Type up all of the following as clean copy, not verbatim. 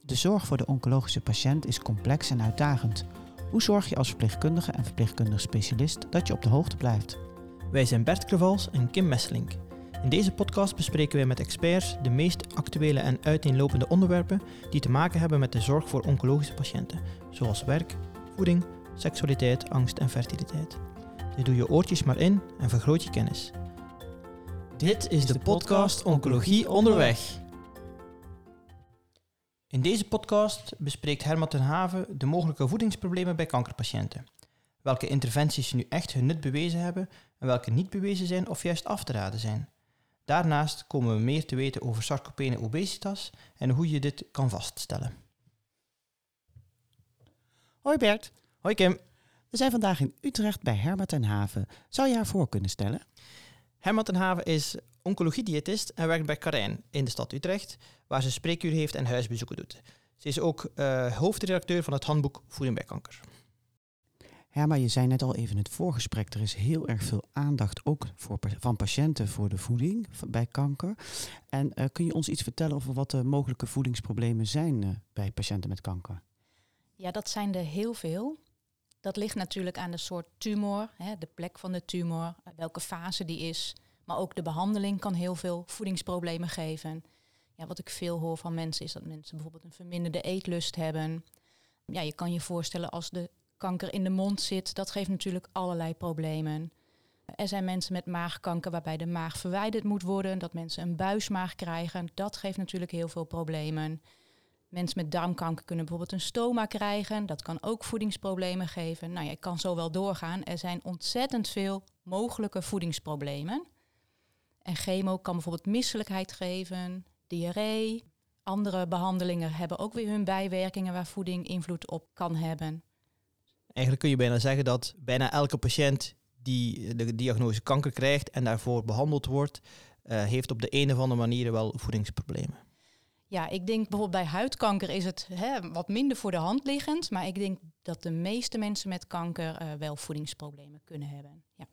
De zorg voor de oncologische patiënt is complex en uitdagend. Hoe zorg je als verpleegkundige en verpleegkundig specialist dat je op de hoogte blijft? Wij zijn Bert Crevals en Kim Messelink. In deze podcast bespreken wij met experts de meest actuele en uiteenlopende onderwerpen die te maken hebben met de zorg voor oncologische patiënten, zoals werk, voeding, seksualiteit, angst en fertiliteit. Dus doe je oortjes maar in en vergroot je kennis. Dit is de podcast Oncologie Onderweg. In deze podcast bespreekt Herman ten Have de mogelijke voedingsproblemen bij kankerpatiënten. Welke interventies nu echt hun nut bewezen hebben en welke niet bewezen zijn of juist af te raden zijn. Daarnaast komen we meer te weten over sarcopene obesitas en hoe je dit kan vaststellen. Hoi Bert. Hoi Kim. We zijn vandaag in Utrecht bij Herman ten Have. Zou je haar voor kunnen stellen? Herman ten Have is oncologiediëtist en werkt bij Carijn in de stad Utrecht, waar ze spreekuur heeft en huisbezoeken doet. Ze is ook hoofdredacteur van het handboek Voeding bij Kanker. Herman, je zei net al even in het voorgesprek, er is heel erg veel aandacht ook van patiënten voor de voeding bij kanker. En kun je ons iets vertellen over wat de mogelijke voedingsproblemen zijn bij patiënten met kanker? Ja, dat zijn er heel veel. Dat ligt natuurlijk aan de soort tumor, de plek van de tumor, welke fase die is. Maar ook de behandeling kan heel veel voedingsproblemen geven. Ja, wat ik veel hoor van mensen is dat mensen bijvoorbeeld een verminderde eetlust hebben. Ja, je kan je voorstellen als de kanker in de mond zit, dat geeft natuurlijk allerlei problemen. Er zijn mensen met maagkanker waarbij de maag verwijderd moet worden, dat mensen een buismaag krijgen. Dat geeft natuurlijk heel veel problemen. Mensen met darmkanker kunnen bijvoorbeeld een stoma krijgen. Dat kan ook voedingsproblemen geven. Nou ja, ik kan zo wel doorgaan. Er zijn ontzettend veel mogelijke voedingsproblemen. En chemo kan bijvoorbeeld misselijkheid geven, diarree. Andere behandelingen hebben ook weer hun bijwerkingen waar voeding invloed op kan hebben. Eigenlijk kun je bijna zeggen dat bijna elke patiënt die de diagnose kanker krijgt en daarvoor behandeld wordt, heeft op de een of andere manier wel voedingsproblemen. Ja, ik denk bijvoorbeeld bij huidkanker is het wat minder voor de hand liggend. Maar ik denk dat de meeste mensen met kanker wel voedingsproblemen kunnen hebben. Ja.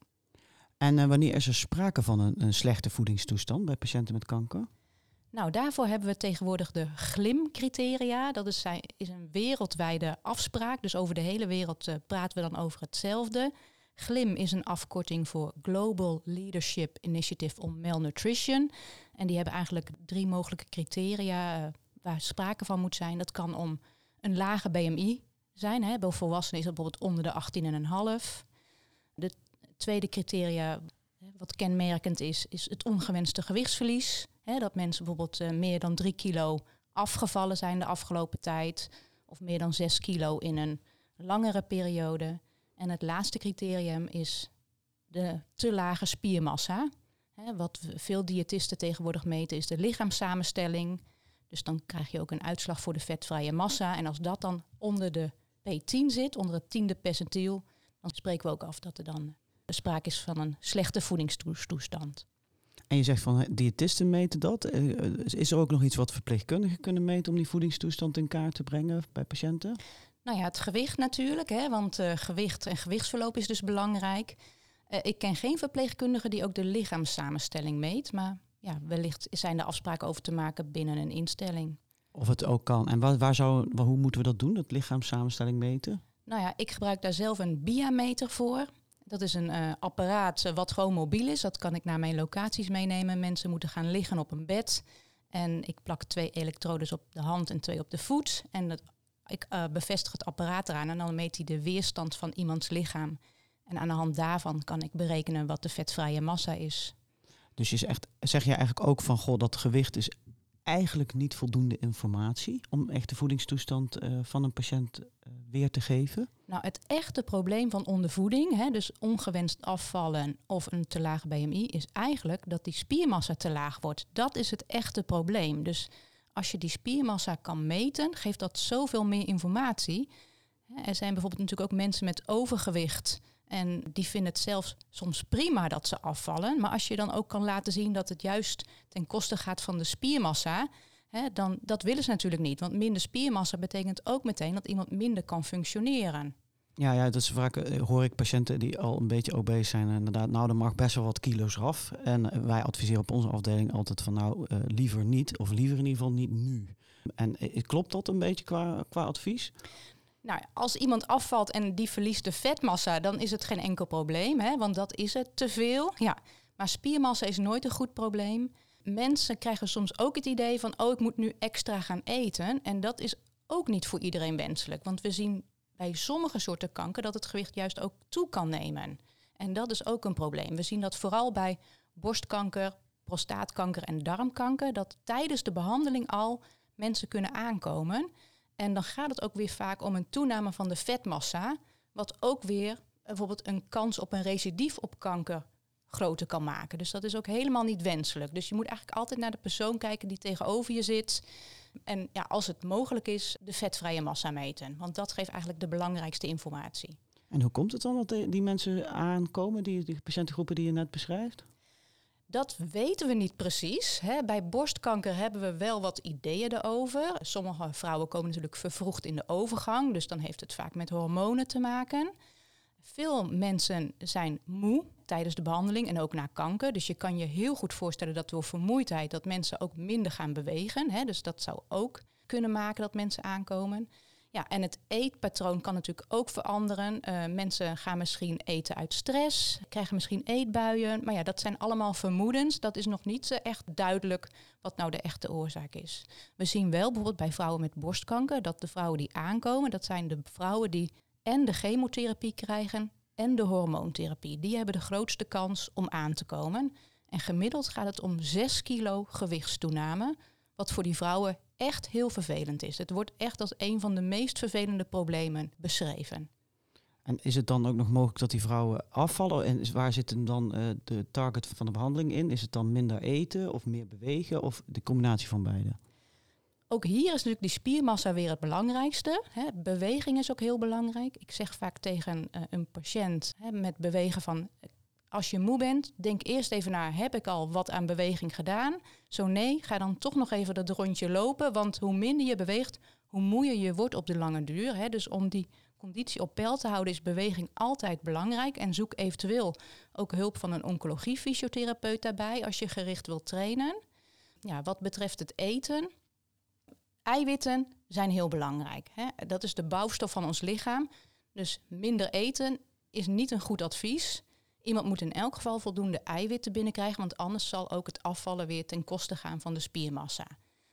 En wanneer is er sprake van een slechte voedingstoestand bij patiënten met kanker? Nou, daarvoor hebben we tegenwoordig de GLIM-criteria. Dat is een wereldwijde afspraak. Dus over de hele wereld praten we dan over hetzelfde. GLIM is een afkorting voor Global Leadership Initiative on Malnutrition. En die hebben eigenlijk 3 mogelijke criteria waar sprake van moet zijn. Dat kan om een lage BMI zijn. Bij volwassenen is dat bijvoorbeeld onder de 18,5. De tweede criteria, wat kenmerkend is het ongewenste gewichtsverlies. Dat mensen bijvoorbeeld meer dan 3 kilo afgevallen zijn de afgelopen tijd. Of meer dan 6 kilo in een langere periode. En het laatste criterium is de te lage spiermassa. Wat veel diëtisten tegenwoordig meten is de lichaamssamenstelling. Dus dan krijg je ook een uitslag voor de vetvrije massa. En als dat dan onder de P10 zit, onder het 10e percentiel, dan spreken we ook af dat er dan sprake is van een slechte voedingstoestand. En je zegt van diëtisten meten dat. Is er ook nog iets wat verpleegkundigen kunnen meten om die voedingstoestand in kaart te brengen bij patiënten? Nou ja, het gewicht natuurlijk, want gewicht en gewichtsverloop is dus belangrijk. Ik ken geen verpleegkundige die ook de lichaamssamenstelling meet, maar ja, wellicht zijn er afspraken over te maken binnen een instelling. Of het ook kan. En hoe moeten we dat doen, dat lichaamssamenstelling meten? Nou ja, ik gebruik daar zelf een BIA-meter voor. Dat is een apparaat wat gewoon mobiel is. Dat kan ik naar mijn locaties meenemen. Mensen moeten gaan liggen op een bed. En ik plak 2 elektrodes op de hand en 2 op de voet. En ik bevestig het apparaat eraan en dan meet hij de weerstand van iemands lichaam. En aan de hand daarvan kan ik berekenen wat de vetvrije massa is. Dus zeg je eigenlijk ook van, dat gewicht is eigenlijk niet voldoende informatie om echt de voedingstoestand van een patiënt weer te geven? Nou, het echte probleem van ondervoeding, dus ongewenst afvallen of een te lage BMI, is eigenlijk dat die spiermassa te laag wordt. Dat is het echte probleem. Dus als je die spiermassa kan meten, geeft dat zoveel meer informatie. Er zijn bijvoorbeeld natuurlijk ook mensen met overgewicht. En die vinden het zelfs soms prima dat ze afvallen. Maar als je dan ook kan laten zien dat het juist ten koste gaat van de spiermassa, dan dat willen ze natuurlijk niet. Want minder spiermassa betekent ook meteen dat iemand minder kan functioneren. Ja, dat is vaak hoor ik patiënten die al een beetje obese zijn. Inderdaad, er mag best wel wat kilo's af. En wij adviseren op onze afdeling altijd van liever niet. Of liever in ieder geval niet nu. En klopt dat een beetje qua advies? Nou, als iemand afvalt en die verliest de vetmassa, dan is het geen enkel probleem, hè, want dat is het, te veel. Ja, maar spiermassa is nooit een goed probleem. Mensen krijgen soms ook het idee van, ik moet nu extra gaan eten. En dat is ook niet voor iedereen wenselijk, want we zien bij sommige soorten kanker dat het gewicht juist ook toe kan nemen. En dat is ook een probleem. We zien dat vooral bij borstkanker, prostaatkanker en darmkanker, dat tijdens de behandeling al mensen kunnen aankomen. En dan gaat het ook weer vaak om een toename van de vetmassa, wat ook weer bijvoorbeeld een kans op een recidief op kanker groter kan maken. Dus dat is ook helemaal niet wenselijk. Dus je moet eigenlijk altijd naar de persoon kijken die tegenover je zit. En ja, als het mogelijk is, de vetvrije massa meten. Want dat geeft eigenlijk de belangrijkste informatie. En hoe komt het dan dat die mensen aankomen, die patiëntengroepen die je net beschrijft? Dat weten we niet precies. Hè. Bij borstkanker hebben we wel wat ideeën erover. Sommige vrouwen komen natuurlijk vervroegd in de overgang, dus dan heeft het vaak met hormonen te maken. Veel mensen zijn moe tijdens de behandeling en ook na kanker. Dus je kan je heel goed voorstellen dat door vermoeidheid dat mensen ook minder gaan bewegen. Hè. Dus dat zou ook kunnen maken dat mensen aankomen. Ja, en het eetpatroon kan natuurlijk ook veranderen. Mensen gaan misschien eten uit stress, krijgen misschien eetbuien. Maar ja, dat zijn allemaal vermoedens. Dat is nog niet echt duidelijk wat nou de echte oorzaak is. We zien wel bijvoorbeeld bij vrouwen met borstkanker dat de vrouwen die aankomen, dat zijn de vrouwen die en de chemotherapie krijgen en de hormoontherapie. Die hebben de grootste kans om aan te komen. En gemiddeld gaat het om 6 kilo gewichtstoename, wat voor die vrouwen echt heel vervelend is. Het wordt echt als een van de meest vervelende problemen beschreven. En is het dan ook nog mogelijk dat die vrouwen afvallen? En waar zit dan de target van de behandeling in? Is het dan minder eten of meer bewegen of de combinatie van beide? Ook hier is natuurlijk die spiermassa weer het belangrijkste. Hè. Beweging is ook heel belangrijk. Ik zeg vaak tegen een patiënt met bewegen van, als je moe bent, denk eerst even naar, heb ik al wat aan beweging gedaan? Zo nee, ga dan toch nog even dat rondje lopen. Want hoe minder je beweegt, hoe moeier je wordt op de lange duur. Hè. Dus om die conditie op peil te houden is beweging altijd belangrijk. En zoek eventueel ook hulp van een oncologie-fysiotherapeut daarbij als je gericht wilt trainen. Ja, wat betreft het eten, eiwitten zijn heel belangrijk. Hè. Dat is de bouwstof van ons lichaam. Dus minder eten is niet een goed advies. Iemand moet in elk geval voldoende eiwitten binnenkrijgen, want anders zal ook het afvallen weer ten koste gaan van de spiermassa.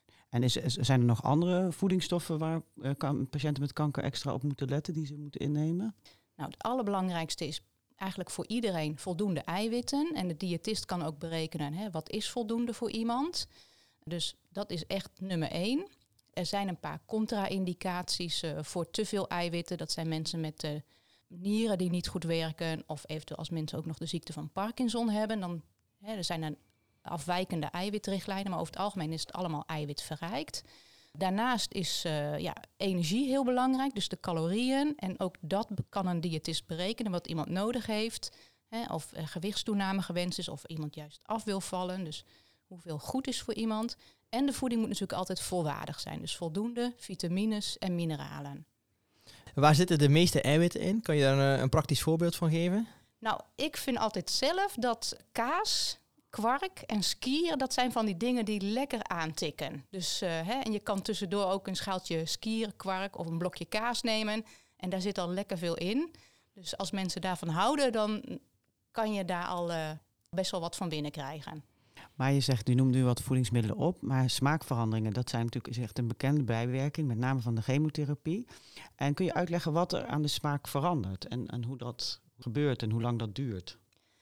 En zijn er nog andere voedingsstoffen waar patiënten met kanker extra op moeten letten, die ze moeten innemen? Nou, het allerbelangrijkste is eigenlijk voor iedereen voldoende eiwitten. En de diëtist kan ook berekenen, wat is voldoende voor iemand. Dus dat is echt nummer 1. Er zijn een paar contra-indicaties voor te veel eiwitten. Dat zijn mensen met nieren die niet goed werken, of eventueel als mensen ook nog de ziekte van Parkinson hebben, dan er zijn er afwijkende eiwitrichtlijnen, maar over het algemeen is het allemaal eiwitverrijkt. Daarnaast is energie heel belangrijk, dus de calorieën. En ook dat kan een diëtist berekenen wat iemand nodig heeft. Of gewichtstoename gewenst is, of iemand juist af wil vallen. Dus hoeveel goed is voor iemand. En de voeding moet natuurlijk altijd volwaardig zijn. Dus voldoende vitamines en mineralen. Waar zitten de meeste eiwitten in? Kan je daar een praktisch voorbeeld van geven? Nou, ik vind altijd zelf dat kaas, kwark en skier, dat zijn van die dingen die lekker aantikken. Dus en je kan tussendoor ook een schaaltje skier, kwark of een blokje kaas nemen. En daar zit al lekker veel in. Dus als mensen daarvan houden, dan kan je daar al best wel wat van binnenkrijgen. Maar je zegt, u noemt nu wat voedingsmiddelen op, maar smaakveranderingen, dat zijn natuurlijk is echt een bekende bijwerking, met name van de chemotherapie. En kun je uitleggen wat er aan de smaak verandert en hoe dat gebeurt en hoe lang dat duurt?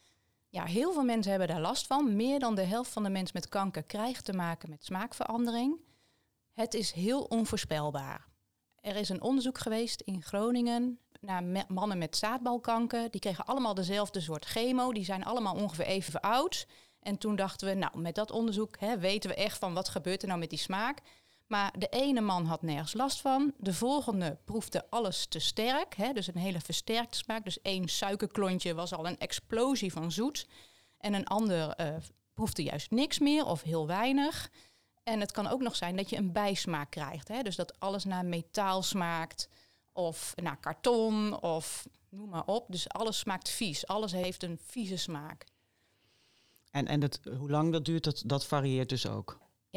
Ja, heel veel mensen hebben daar last van. Meer dan de helft van de mensen met kanker krijgt te maken met smaakverandering. Het is heel onvoorspelbaar. Er is een onderzoek geweest in Groningen naar mannen met zaadbalkanker. Die kregen allemaal dezelfde soort chemo. Die zijn allemaal ongeveer even oud. En toen dachten we, nou, met dat onderzoek weten we echt van wat gebeurt er nou met die smaak. Maar de ene man had nergens last van. De volgende proefde alles te sterk. Dus een hele versterkte smaak. Dus 1 suikerklontje was al een explosie van zoet. En een ander proefde juist niks meer of heel weinig. En het kan ook nog zijn dat je een bijsmaak krijgt. Dus dat alles naar metaal smaakt of naar karton of noem maar op. Dus alles smaakt vies. Alles heeft een vieze smaak. En hoe lang dat duurt, dat varieert dus ook? Ja,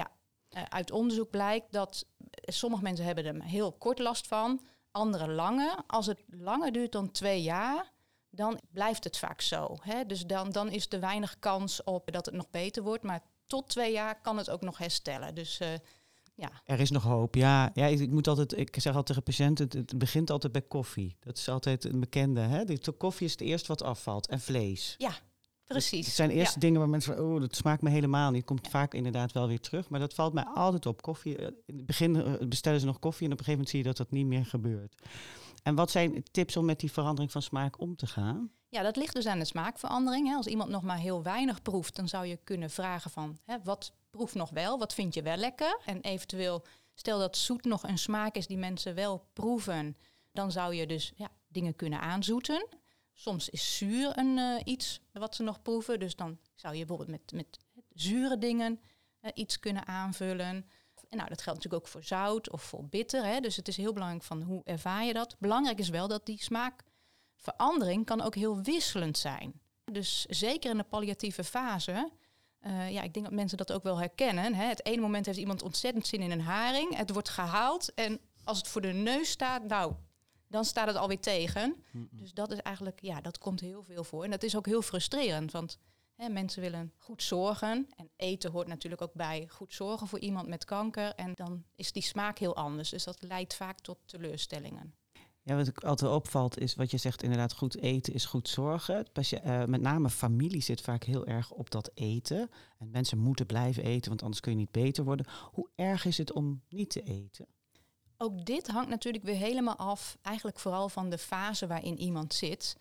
Uit onderzoek blijkt dat sommige mensen hebben er heel kort last van, anderen langer. Als het langer duurt dan 2 jaar, dan blijft het vaak zo. Hè? Dus dan is er weinig kans op dat het nog beter wordt. Maar tot 2 jaar kan het ook nog herstellen. Dus ja. Er is nog hoop. Ja, ik zeg altijd tegen patiënten, het begint altijd bij koffie. Dat is altijd een bekende. Hè? De koffie is het eerst wat afvalt. En vlees. Ja, precies. Het zijn eerst dingen waar mensen van, dat smaakt me helemaal niet. Komt vaak inderdaad wel weer terug. Maar dat valt mij altijd op. Koffie, in het begin bestellen ze nog koffie en op een gegeven moment zie je dat dat niet meer gebeurt. En wat zijn tips om met die verandering van smaak om te gaan? Ja, dat ligt dus aan de smaakverandering. Hè. Als iemand nog maar heel weinig proeft, dan zou je kunnen vragen van, wat proef nog wel? Wat vind je wel lekker? En eventueel, stel dat zoet nog een smaak is die mensen wel proeven, dan zou je dus dingen kunnen aanzoeten. Soms is zuur iets wat ze nog proeven. Dus dan zou je bijvoorbeeld met zure dingen iets kunnen aanvullen. En nou, dat geldt natuurlijk ook voor zout of voor bitter. Hè. Dus het is heel belangrijk van hoe ervaar je dat. Belangrijk is wel dat die smaakverandering kan ook heel wisselend zijn. Dus zeker in de palliatieve fase. Ik denk dat mensen dat ook wel herkennen. Hè. Het ene moment heeft iemand ontzettend zin in een haring. Het wordt gehaald en als het voor de neus staat, nou, dan staat het alweer tegen. Dus dat is eigenlijk, dat komt heel veel voor. En dat is ook heel frustrerend, want mensen willen goed zorgen. En eten hoort natuurlijk ook bij goed zorgen voor iemand met kanker. En dan is die smaak heel anders. Dus dat leidt vaak tot teleurstellingen. Ja, wat ik altijd opvalt is wat je zegt, inderdaad goed eten is goed zorgen. Met name familie zit vaak heel erg op dat eten. En mensen moeten blijven eten, want anders kun je niet beter worden. Hoe erg is het om niet te eten? Ook dit hangt natuurlijk weer helemaal af, eigenlijk vooral van de fase waarin iemand zit.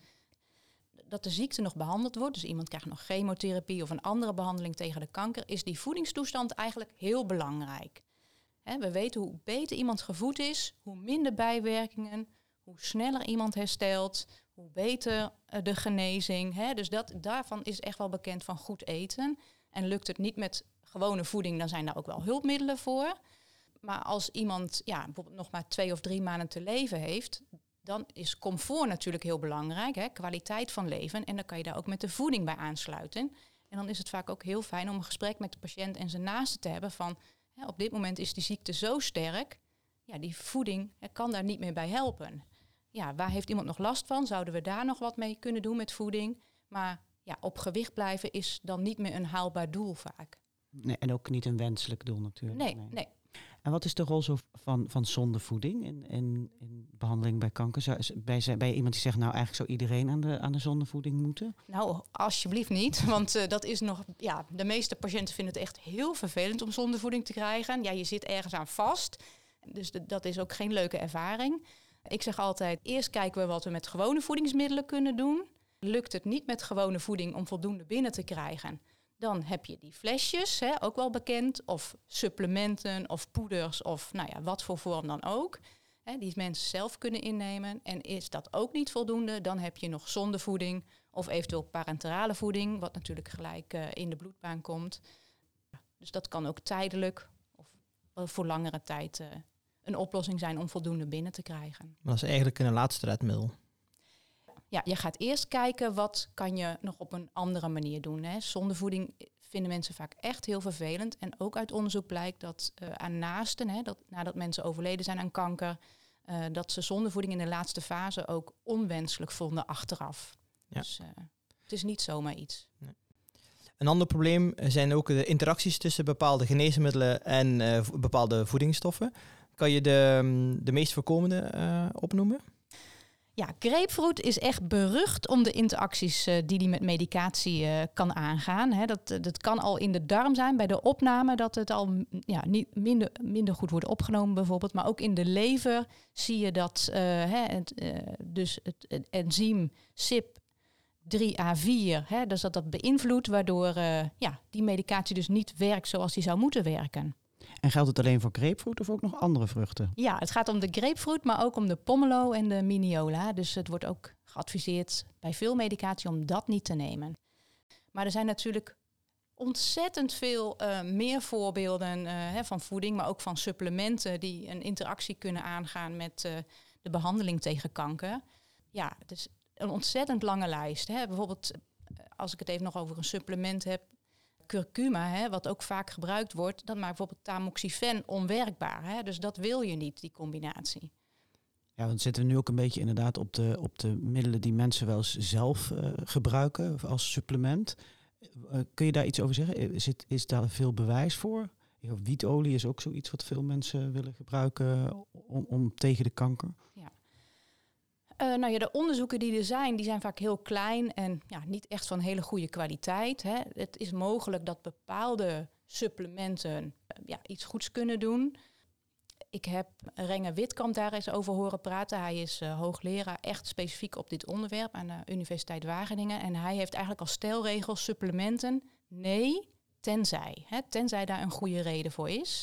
Dat de ziekte nog behandeld wordt, dus iemand krijgt nog chemotherapie of een andere behandeling tegen de kanker, is die voedingstoestand eigenlijk heel belangrijk. We weten hoe beter iemand gevoed is, hoe minder bijwerkingen, hoe sneller iemand herstelt, hoe beter de genezing. Dus daarvan is echt wel bekend van goed eten. En lukt het niet met gewone voeding, dan zijn daar ook wel hulpmiddelen voor. Maar als iemand bijvoorbeeld nog maar 2 of 3 maanden te leven heeft, dan is comfort natuurlijk heel belangrijk, kwaliteit van leven. En dan kan je daar ook met de voeding bij aansluiten. En dan is het vaak ook heel fijn om een gesprek met de patiënt en zijn naasten te hebben van, op dit moment is die ziekte zo sterk, die voeding kan daar niet meer bij helpen. Ja, waar heeft iemand nog last van? Zouden we daar nog wat mee kunnen doen met voeding? Maar op gewicht blijven is dan niet meer een haalbaar doel vaak. Nee, en ook niet een wenselijk doel natuurlijk. Nee. En wat is de rol van zonde voeding in behandeling bij kanker? Bij iemand die zegt, nou eigenlijk zou iedereen aan de zonde voeding moeten? Nou, alsjeblieft niet. Want dat is nog, de meeste patiënten vinden het echt heel vervelend om zonde voeding te krijgen. Ja, je zit ergens aan vast. Dus dat is ook geen leuke ervaring. Ik zeg altijd, eerst kijken we wat we met gewone voedingsmiddelen kunnen doen. Lukt het niet met gewone voeding om voldoende binnen te krijgen, dan heb je die flesjes, ook wel bekend, of supplementen of poeders of wat voor vorm dan ook, die mensen zelf kunnen innemen. En is dat ook niet voldoende, dan heb je nog zondevoeding of eventueel parenterale voeding, wat natuurlijk gelijk in de bloedbaan komt. Dus dat kan ook tijdelijk of voor langere tijd een oplossing zijn om voldoende binnen te krijgen. Maar dat is eigenlijk een laatste redmiddel. Ja, je gaat eerst kijken wat kan je nog op een andere manier doen. Zondevoeding vinden mensen vaak echt heel vervelend. En ook uit onderzoek blijkt dat aan naasten, nadat mensen overleden zijn aan kanker, dat ze zondevoeding in de laatste fase ook onwenselijk vonden achteraf. Ja. Dus het is niet zomaar iets. Nee. Een ander probleem zijn ook de interacties tussen bepaalde geneesmiddelen en bepaalde voedingsstoffen. Kan je de meest voorkomende opnoemen? Ja, grapefruit is echt berucht om de interacties die met medicatie kan aangaan. Dat kan al in de darm zijn bij de opname, dat het al niet minder goed wordt opgenomen bijvoorbeeld. Maar ook in de lever zie je dat het enzym CYP3A4, dus dat beïnvloedt, waardoor die medicatie dus niet werkt zoals die zou moeten werken. En geldt het alleen voor grapefruit of ook nog andere vruchten? Ja, het gaat om de grapefruit, maar ook om de pomelo en de miniola. Dus het wordt ook geadviseerd bij veel medicatie om dat niet te nemen. Maar er zijn natuurlijk ontzettend veel meer voorbeelden van voeding, maar ook van supplementen die een interactie kunnen aangaan met de behandeling tegen kanker. Ja, het is een ontzettend lange lijst. Bijvoorbeeld, als ik het even nog over een supplement heb, curcuma, wat ook vaak gebruikt wordt, dat maakt bijvoorbeeld tamoxifen onwerkbaar. Dus dat wil je niet, die combinatie. Ja, dan zitten we nu ook een beetje inderdaad op de middelen die mensen wel eens zelf gebruiken als supplement. Kun je daar iets over zeggen? Is daar veel bewijs voor? Ja, wietolie is ook zoiets wat veel mensen willen gebruiken om tegen de kanker. Ja. De onderzoeken die er zijn, die zijn vaak heel klein en niet echt van hele goede kwaliteit. Het is mogelijk dat bepaalde supplementen iets goeds kunnen doen. Ik heb Renger Witkamp daar eens over horen praten. Hij is hoogleraar echt specifiek op dit onderwerp aan de Universiteit Wageningen. En hij heeft eigenlijk als stelregel supplementen nee, tenzij daar een goede reden voor is.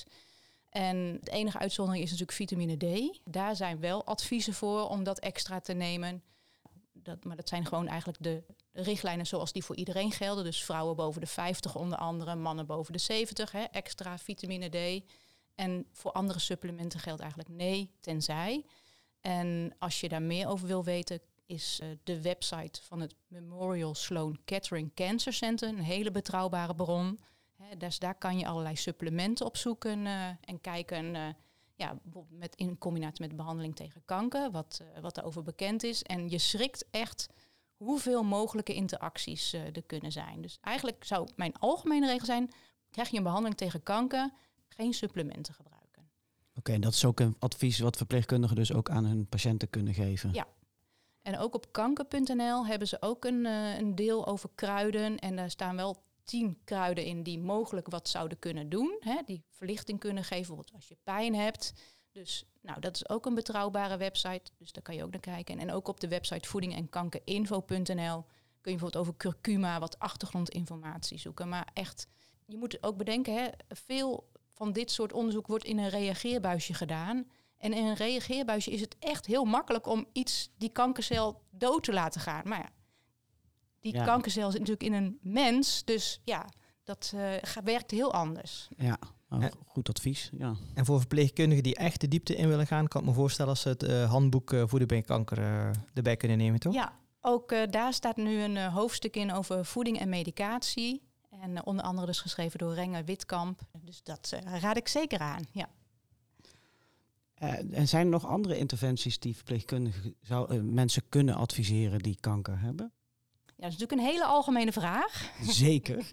En de enige uitzondering is natuurlijk vitamine D. Daar zijn wel adviezen voor om dat extra te nemen. Maar dat zijn gewoon eigenlijk de richtlijnen zoals die voor iedereen gelden. Dus vrouwen boven de 50 onder andere, mannen boven de 70, extra vitamine D. En voor andere supplementen geldt eigenlijk nee, tenzij. En als je daar meer over wil weten, is de website van het Memorial Sloan Kettering Cancer Center een hele betrouwbare bron. Dus daar kan je allerlei supplementen op zoeken en kijken, bijvoorbeeld in combinatie met behandeling tegen kanker, wat daarover bekend is. En je schrikt echt hoeveel mogelijke interacties er kunnen zijn. Dus eigenlijk zou mijn algemene regel zijn, krijg je een behandeling tegen kanker, geen supplementen gebruiken. Oké, en dat is ook een advies wat verpleegkundigen dus ook aan hun patiënten kunnen geven. Ja. En ook op kanker.nl hebben ze ook een deel over kruiden. En daar staan wel 10 kruiden in die mogelijk wat zouden kunnen doen. Die verlichting kunnen geven, bijvoorbeeld als je pijn hebt. Dus dat is ook een betrouwbare website. Dus daar kan je ook naar kijken. En ook op de website voeding en kankerinfo.nl kun je bijvoorbeeld over curcuma wat achtergrondinformatie zoeken. Maar echt, je moet ook bedenken, veel van dit soort onderzoek wordt in een reageerbuisje gedaan. En in een reageerbuisje is het echt heel makkelijk om die kankercel dood te laten gaan. Maar die kankercel zit natuurlijk in een mens, dus dat werkt heel anders. Ja, goed advies. Ja. En voor verpleegkundigen die echt de diepte in willen gaan, kan ik me voorstellen als ze het handboek voeding bij kanker erbij kunnen nemen, toch? Ja, ook daar staat nu een hoofdstuk in over voeding en medicatie. En onder andere dus geschreven door Renger Witkamp. Dus dat raad ik zeker aan, ja. En zijn er nog andere interventies die verpleegkundigen mensen kunnen adviseren die kanker hebben? Ja, dat is natuurlijk een hele algemene vraag. Zeker.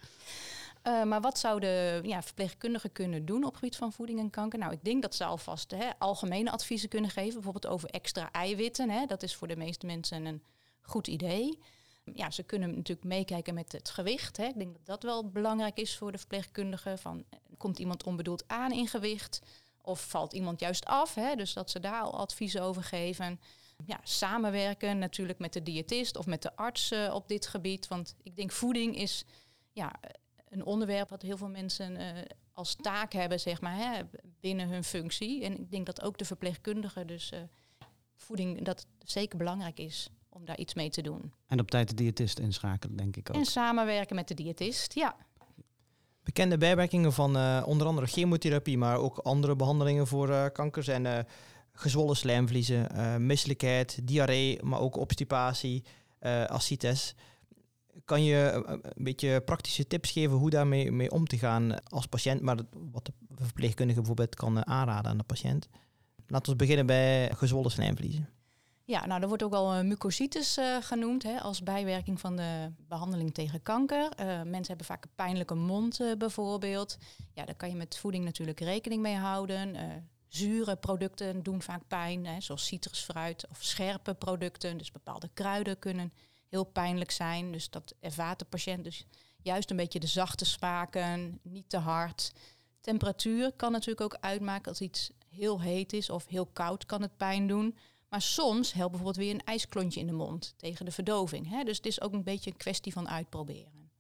Maar wat zouden verpleegkundigen kunnen doen op het gebied van voeding en kanker? Nou, ik denk dat ze alvast algemene adviezen kunnen geven. Bijvoorbeeld over extra eiwitten. Dat is voor de meeste mensen een goed idee. Ja, ze kunnen natuurlijk meekijken met het gewicht. Ik denk dat dat wel belangrijk is voor de verpleegkundige. Komt iemand onbedoeld aan in gewicht? Of valt iemand juist af? Dus dat ze daar al adviezen over geven. Ja, samenwerken natuurlijk met de diëtist of met de arts op dit gebied. Want ik denk voeding is een onderwerp wat heel veel mensen als taak hebben, zeg maar, binnen hun functie. En ik denk dat ook de verpleegkundige dus voeding dat zeker belangrijk is om daar iets mee te doen. En op tijd de diëtist inschakelen, denk ik ook. En samenwerken met de diëtist, ja. Bekende bijwerkingen van onder andere chemotherapie, maar ook andere behandelingen voor kanker zijn gezwollen slijmvliezen, misselijkheid, diarree, maar ook obstipatie, ascites. Kan je een beetje praktische tips geven hoe daarmee mee om te gaan als patiënt, maar wat de verpleegkundige bijvoorbeeld kan aanraden aan de patiënt? Laten we beginnen bij gezwollen slijmvliezen. Ja, er wordt ook wel mucositis genoemd als bijwerking van de behandeling tegen kanker. Mensen hebben vaak een pijnlijke mond bijvoorbeeld. Ja, daar kan je met voeding natuurlijk rekening mee houden. Zure producten doen vaak pijn, zoals citrusfruit of scherpe producten. Dus bepaalde kruiden kunnen heel pijnlijk zijn. Dus dat ervaart de patiënt dus juist een beetje de zachte smaken, niet te hard. Temperatuur kan natuurlijk ook uitmaken. Als iets heel heet is of heel koud kan het pijn doen. Maar soms helpt bijvoorbeeld weer een ijsklontje in de mond tegen de verdoving. Dus het is ook een beetje een kwestie van uitproberen.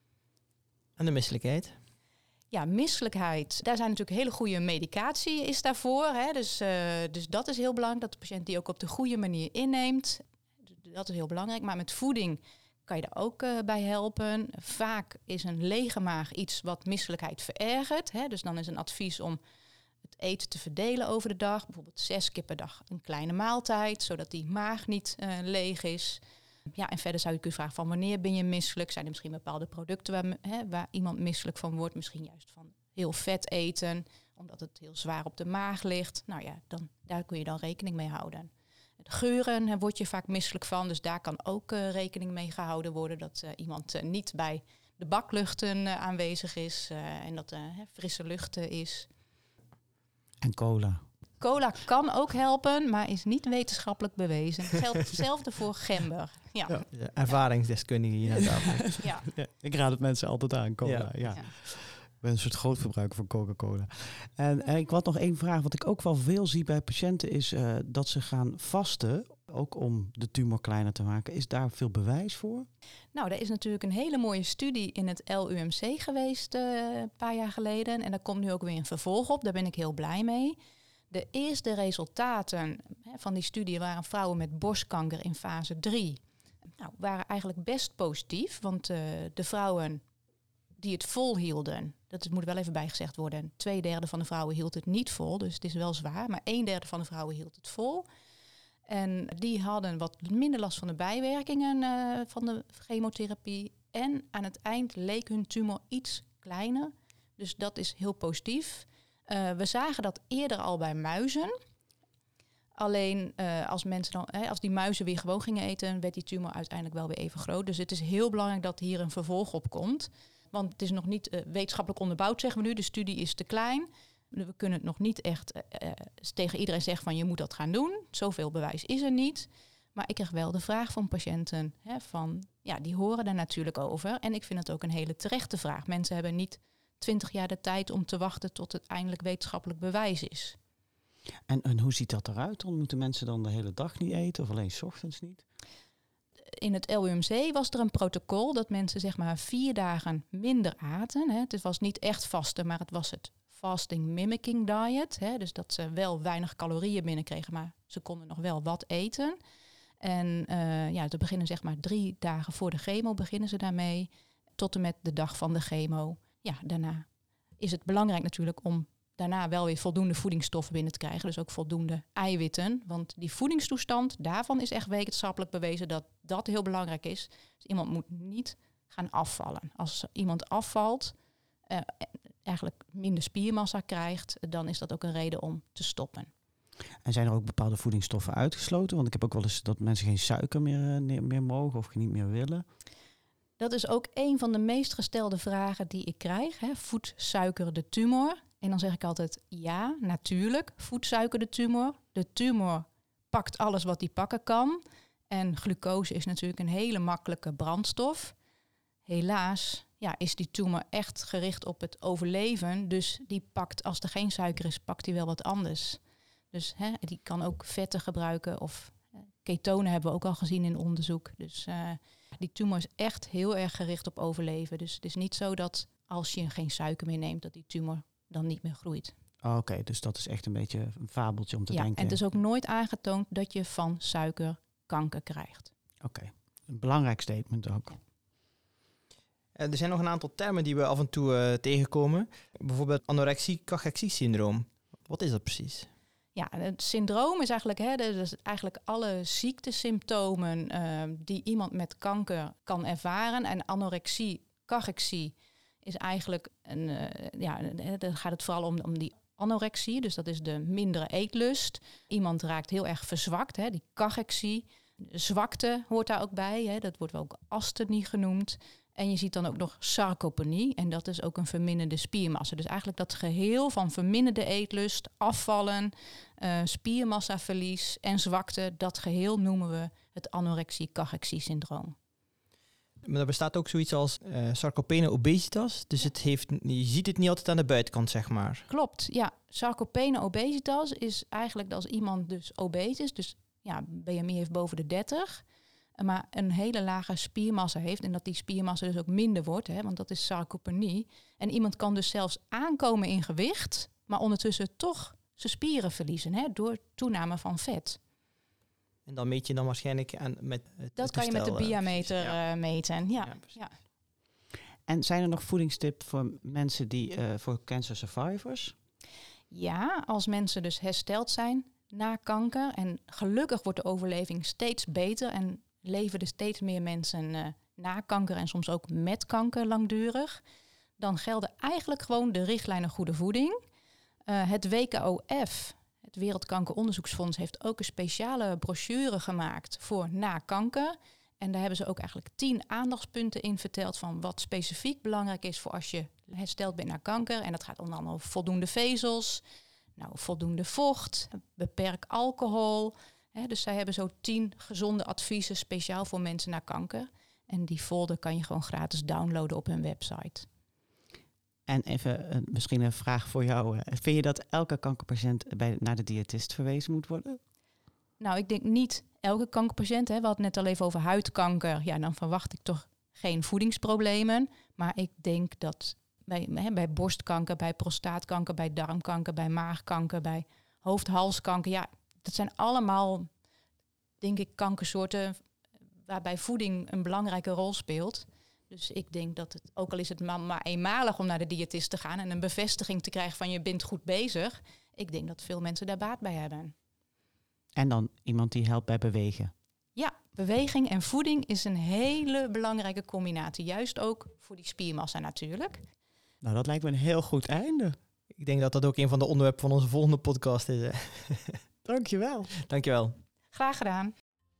En de misselijkheid? Ja, misselijkheid. Daar zijn natuurlijk hele goede medicatie is daarvoor. Dus dat is heel belangrijk, dat de patiënt die ook op de goede manier inneemt. Dat is heel belangrijk. Maar met voeding kan je daar ook bij helpen. Vaak is een lege maag iets wat misselijkheid verergert. Dus dan is een advies om het eten te verdelen over de dag. Bijvoorbeeld 6 keer per dag een kleine maaltijd, zodat die maag niet leeg is. Ja, en verder zou je kunnen vragen van wanneer ben je misselijk? Zijn er misschien bepaalde producten waar iemand misselijk van wordt? Misschien juist van heel vet eten, omdat het heel zwaar op de maag ligt. Nou ja, daar kun je dan rekening mee houden. De geuren word je vaak misselijk van, dus daar kan ook rekening mee gehouden worden dat iemand niet bij de bakluchten aanwezig is en dat frisse lucht is. En cola. Cola kan ook helpen, maar is niet wetenschappelijk bewezen. Geldt hetzelfde voor gember. Ja. De ervaringsdeskundige hier aan tafel. Ja. Ja, ik raad het mensen altijd aan, cola. Ja. Ik ben een soort grootverbruiker van Coca-Cola. En ik had nog één vraag. Wat ik ook wel veel zie bij patiënten is dat ze gaan vasten, ook om de tumor kleiner te maken. Is daar veel bewijs voor? Nou, er is natuurlijk een hele mooie studie in het LUMC geweest een paar jaar geleden. En daar komt nu ook weer een vervolg op. Daar ben ik heel blij mee. De eerste resultaten van die studie waren vrouwen met borstkanker in fase 3. Nou, waren eigenlijk best positief, want de vrouwen die het volhielden, dat moet wel even bijgezegd worden, 2/3 van de vrouwen hield het niet vol, dus het is wel zwaar, maar 1/3 van de vrouwen hield het vol. En die hadden wat minder last van de bijwerkingen van de chemotherapie. En aan het eind leek hun tumor iets kleiner, dus dat is heel positief. We zagen dat eerder al bij muizen. Alleen als die muizen weer gewoon gingen eten, werd die tumor uiteindelijk wel weer even groot. Dus het is heel belangrijk dat hier een vervolg op komt. Want het is nog niet wetenschappelijk onderbouwd, zeggen we nu. De studie is te klein. We kunnen het nog niet echt tegen iedereen zeggen van je moet dat gaan doen. Zoveel bewijs is er niet. Maar ik krijg wel de vraag van patiënten die horen daar natuurlijk over. En ik vind het ook een hele terechte vraag. Mensen hebben niet 20 jaar de tijd om te wachten tot het eindelijk wetenschappelijk bewijs is. En hoe ziet dat eruit? Dan moeten mensen dan de hele dag niet eten of alleen 's ochtends niet? In het LUMC was er een protocol dat mensen 4 dagen minder aten. Het was niet echt vasten, maar het was het fasting mimicking diet. Dus dat ze wel weinig calorieën binnenkregen, maar ze konden nog wel wat eten. En te beginnen 3 dagen voor de chemo beginnen ze daarmee. Tot en met de dag van de chemo. Ja, daarna is het belangrijk natuurlijk om daarna wel weer voldoende voedingsstoffen binnen te krijgen. Dus ook voldoende eiwitten. Want die voedingstoestand, daarvan is echt wetenschappelijk bewezen dat dat heel belangrijk is. Dus iemand moet niet gaan afvallen. Als iemand afvalt, eigenlijk minder spiermassa krijgt, dan is dat ook een reden om te stoppen. En zijn er ook bepaalde voedingsstoffen uitgesloten? Want ik heb ook wel eens dat mensen geen suiker meer mogen of niet meer willen. Dat is ook een van de meest gestelde vragen die ik krijg. Voedt suiker de tumor? En dan zeg ik altijd ja, natuurlijk. Voedt suiker de tumor? De tumor pakt alles wat die pakken kan. En glucose is natuurlijk een hele makkelijke brandstof. Helaas is die tumor echt gericht op het overleven. Dus die pakt, als er geen suiker is, pakt die wel wat anders. Dus die kan ook vetten gebruiken of ketonen hebben we ook al gezien in onderzoek. Dus die tumor is echt heel erg gericht op overleven. Dus het is niet zo dat als je geen suiker meer neemt, dat die tumor dan niet meer groeit. Oké, dus dat is echt een beetje een fabeltje om te denken. En het is ook nooit aangetoond dat je van suiker kanker krijgt. Oké, een belangrijk statement ook. Er zijn nog een aantal termen die we af en toe tegenkomen. Bijvoorbeeld anorexie-cachexie-syndroom. Wat is dat precies? Ja, het syndroom is eigenlijk, dus eigenlijk alle ziektesymptomen die iemand met kanker kan ervaren. En anorexie, cachexie is eigenlijk dan gaat het vooral om die anorexie. Dus dat is de mindere eetlust. Iemand raakt heel erg verzwakt, die cachexie. Zwakte hoort daar ook bij. Dat wordt wel ook asthenie genoemd. En je ziet dan ook nog sarcopenie. En dat is ook een verminderde spiermassa. Dus eigenlijk dat geheel van verminderde eetlust, afvallen, spiermassaverlies en zwakte. Dat geheel noemen we het anorexie-cachexie-syndroom. Maar er bestaat ook zoiets als sarcopene obesitas. Dus je ziet het niet altijd aan de buitenkant, zeg maar. Klopt, ja. Sarcopene obesitas is eigenlijk als iemand dus obese is. Dus BMI heeft boven de 30. Maar een hele lage spiermassa heeft. En dat die spiermassa dus ook minder wordt. Want dat is sarcopenie. En iemand kan dus zelfs aankomen in gewicht. Maar ondertussen toch zijn spieren verliezen. Door toename van vet. En dan meet je dan waarschijnlijk met het dat kan je met de biameter meten. Ja. En zijn er nog voedingstips voor mensen voor cancer survivors? Ja, als mensen dus hersteld zijn na kanker. En gelukkig wordt de overleving steeds beter. En leven er steeds meer mensen na kanker en soms ook met kanker langdurig. Dan gelden eigenlijk gewoon de richtlijnen goede voeding. Het WKOF, het Wereldkankeronderzoeksfonds, heeft ook een speciale brochure gemaakt voor na kanker. En daar hebben ze ook eigenlijk 10 aandachtspunten in verteld van wat specifiek belangrijk is voor als je hersteld bent na kanker. En dat gaat onder andere over voldoende vezels, voldoende vocht, beperk alcohol. Dus zij hebben zo 10 gezonde adviezen speciaal voor mensen na kanker. En die folder kan je gewoon gratis downloaden op hun website. En even misschien een vraag voor jou. Vind je dat elke kankerpatiënt naar de diëtist verwezen moet worden? Nou, ik denk niet elke kankerpatiënt. We hadden het net al even over huidkanker. Ja, dan verwacht ik toch geen voedingsproblemen. Maar ik denk dat bij borstkanker, bij prostaatkanker, bij darmkanker, bij maagkanker, bij hoofd-halskanker. Ja, dat zijn allemaal, denk ik, kankersoorten waarbij voeding een belangrijke rol speelt. Dus ik denk dat het, ook al is het maar eenmalig om naar de diëtist te gaan en een bevestiging te krijgen van je bent goed bezig, ik denk dat veel mensen daar baat bij hebben. En dan iemand die helpt bij bewegen. Ja, beweging en voeding is een hele belangrijke combinatie. Juist ook voor die spiermassa natuurlijk. Nou, dat lijkt me een heel goed einde. Ik denk dat dat ook een van de onderwerpen van onze volgende podcast is. Dankjewel. Dankjewel. Graag gedaan.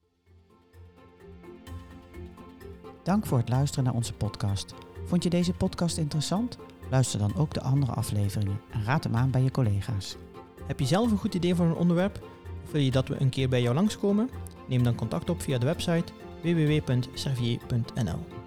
Dank voor het luisteren naar onze podcast. Vond je deze podcast interessant? Luister dan ook de andere afleveringen en raad hem aan bij je collega's. Heb je zelf een goed idee voor een onderwerp? Of wil je dat we een keer bij jou langskomen? Neem dan contact op via de website www.servier.nl.